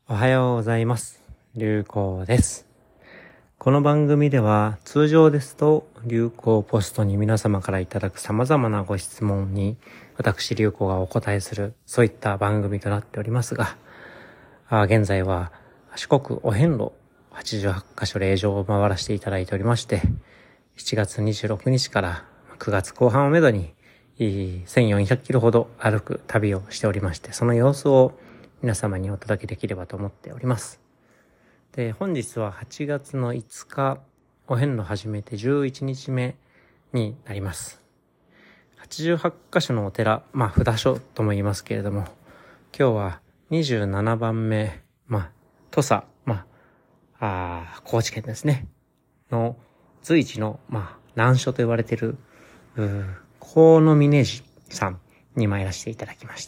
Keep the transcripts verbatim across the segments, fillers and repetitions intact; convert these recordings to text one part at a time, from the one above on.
おはようございます。流行です。この番組では通常ですと流行ポストに皆様からいただく様々なご質問に私流行がお答えする、そういった番組となっておりますが、あ現在は四国お遍路はちじゅうはちカ所霊場を回らせていただいておりまして、しちがつにじゅうろくにちからくがつこう半をめどにせんよんひゃくキロほど歩く旅をしておりまして、その様子を皆様にお届けできればと思っております。で、本日ははちがつのいつか、お遍路始めてじゅういちにちめになります。はちじゅうはちカ所のお寺、まあ札所とも言いますけれども、今日はにじゅうななばんめ、まあ土佐、まあ、あ高知県ですねの随一のまあ難所と言われている河野峰寺さんに参らせていただきました。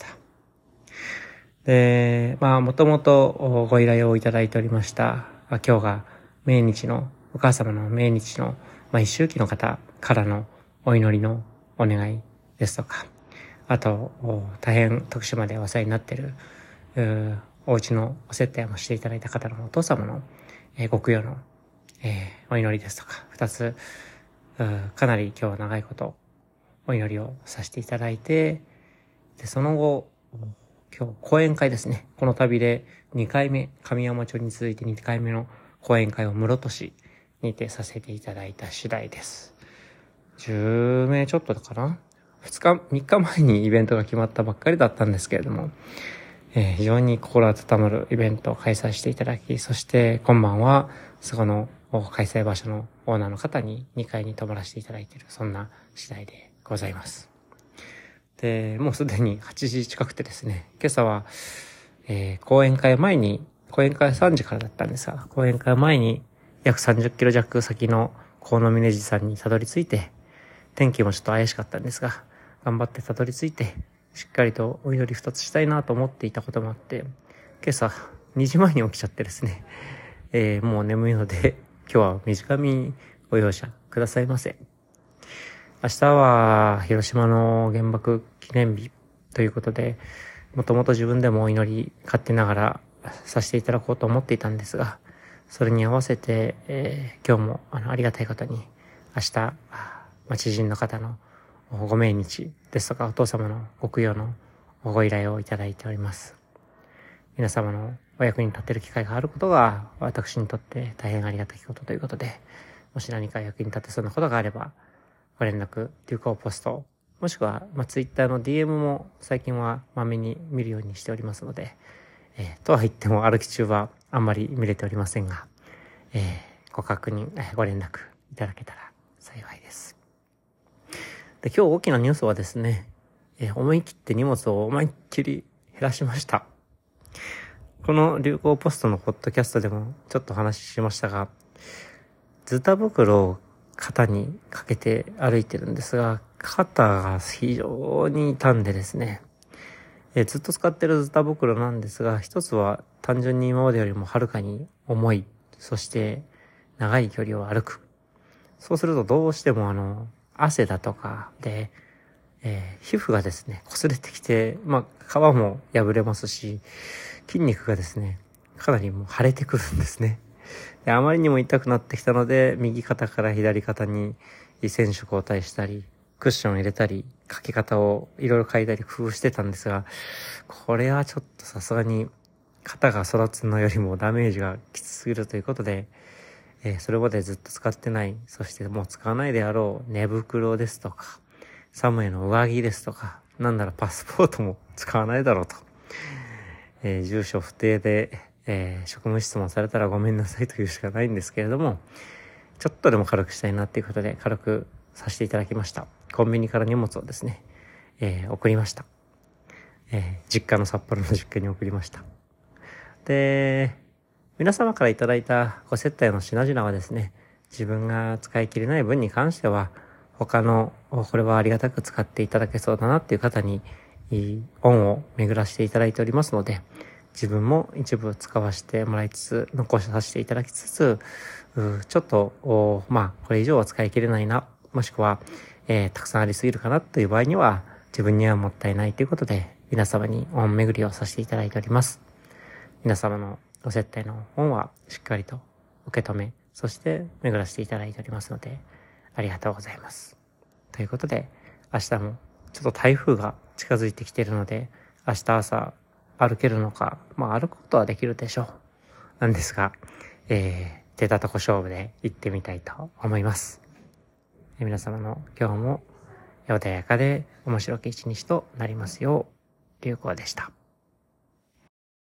で、まあ、もともとご依頼をいただいておりました、今日が命日の、お母様の命日の、まあ、一周忌の方からのお祈りのお願いですとか、あと、大変徳島でお世話になっている、お家のお接待もしていただいた方のお父様の、えー、ご供養の、えー、お祈りですとか、二つ、かなり今日は長いことお祈りをさせていただいて、で、その後、今日講演会ですね。この旅でにかいめ、神山町に続いてにかいめの講演会を室戸市にてさせていただいた次第です。じゅうめいちょっとだかな ?ふつか、みっかまえにイベントが決まったばっかりだったんですけれども、えー、非常に心温まるイベントを開催していただき、そして今晩はそこの開催場所のオーナーの方ににかいに泊まらせていただいている、そんな次第でございます。で、もうすでにはちじ近くてですね、今朝は、えー、講演会前に、講演会はさんじからだったんですが、講演会前に約さんじゅっキロ弱先の河野峰寺さんにたどり着いて、天気もちょっと怪しかったんですが、頑張ってたどり着いて、しっかりとお祈り二つしたいなと思っていたこともあって、今朝にじまえに起きちゃってですね、えー、もう眠いので、今日は短めにご容赦くださいませ。明日は広島の原爆記念日ということで、もともと自分でもお祈り勝手ながらさせていただこうと思っていたんですが、それに合わせて、えー、今日もあのありがたいことに明日、まあ、知人の方のご命日ですとかお父様のご供養のご依頼をいただいております。皆様のお役に立てる機会があることが私にとって大変ありがたいことということで、もし何か役に立てそうなことがあれば、ご連絡、流行ポスト、もしくは、まあ、ツイッターの ディーエム も最近はまめに見るようにしておりますので、えー、とは言っても歩き中はあんまり見れておりませんが、えー、ご確認、えー、ご連絡いただけたら幸いです。で、今日大きなニュースはですね、えー、思い切って荷物を思いっきり減らしました。この流行ポストのポッドキャストでもちょっと話しましたが、ズタ袋を肩にかけて歩いてるんですが、肩が非常に傷んでですね、えずっと使ってるズタ袋なんですが、一つは単純に今までよりもはるかに重い、そして長い距離を歩く。そうするとどうしてもあの汗だとかで、えー、皮膚がですね擦れてきて、まあ皮も破れますし、筋肉がですねかなりもう腫れてくるんですね。であまりにも痛くなってきたので、右肩から左肩に選手交代したり、クッション入れたり、かけ方をいろいろ変えたり工夫してたんですが、これはちょっとさすがに肩が育つのよりもダメージがきつすぎるということで、えー、それまでずっと使ってない、そしてもう使わないであろう寝袋ですとか、寒いの上着ですとか、なんならパスポートも使わないだろうと、えー、住所不定でえー、職務質問されたらごめんなさいというしかないんですけれども、ちょっとでも軽くしたいなっていうことで軽くさせていただきました。コンビニから荷物をですね、えー、送りました。えー、実家の札幌の実家に送りました。で、皆様からいただいたご接待の品々はですね、自分が使い切れない分に関しては、他のこれはありがたく使っていただけそうだなっていう方に恩を巡らせていただいておりますので、自分も一部使わせてもらいつつ、残させていただきつつ、ちょっと、まあ、これ以上は使い切れないな、もしくは、えー、たくさんありすぎるかなという場合には、自分にはもったいないということで、皆様に恩巡りをさせていただいております。皆様のお接待の本はしっかりと受け止め、そして巡らせていただいておりますので、ありがとうございます。ということで、明日もちょっと台風が近づいてきているので、明日朝歩けるのか、まあ歩くことはできるでしょう。なんですが、えー、出たとこ勝負で行ってみたいと思います。えー、皆様の今日も穏やかで面白き一日となりますよう、流行でした。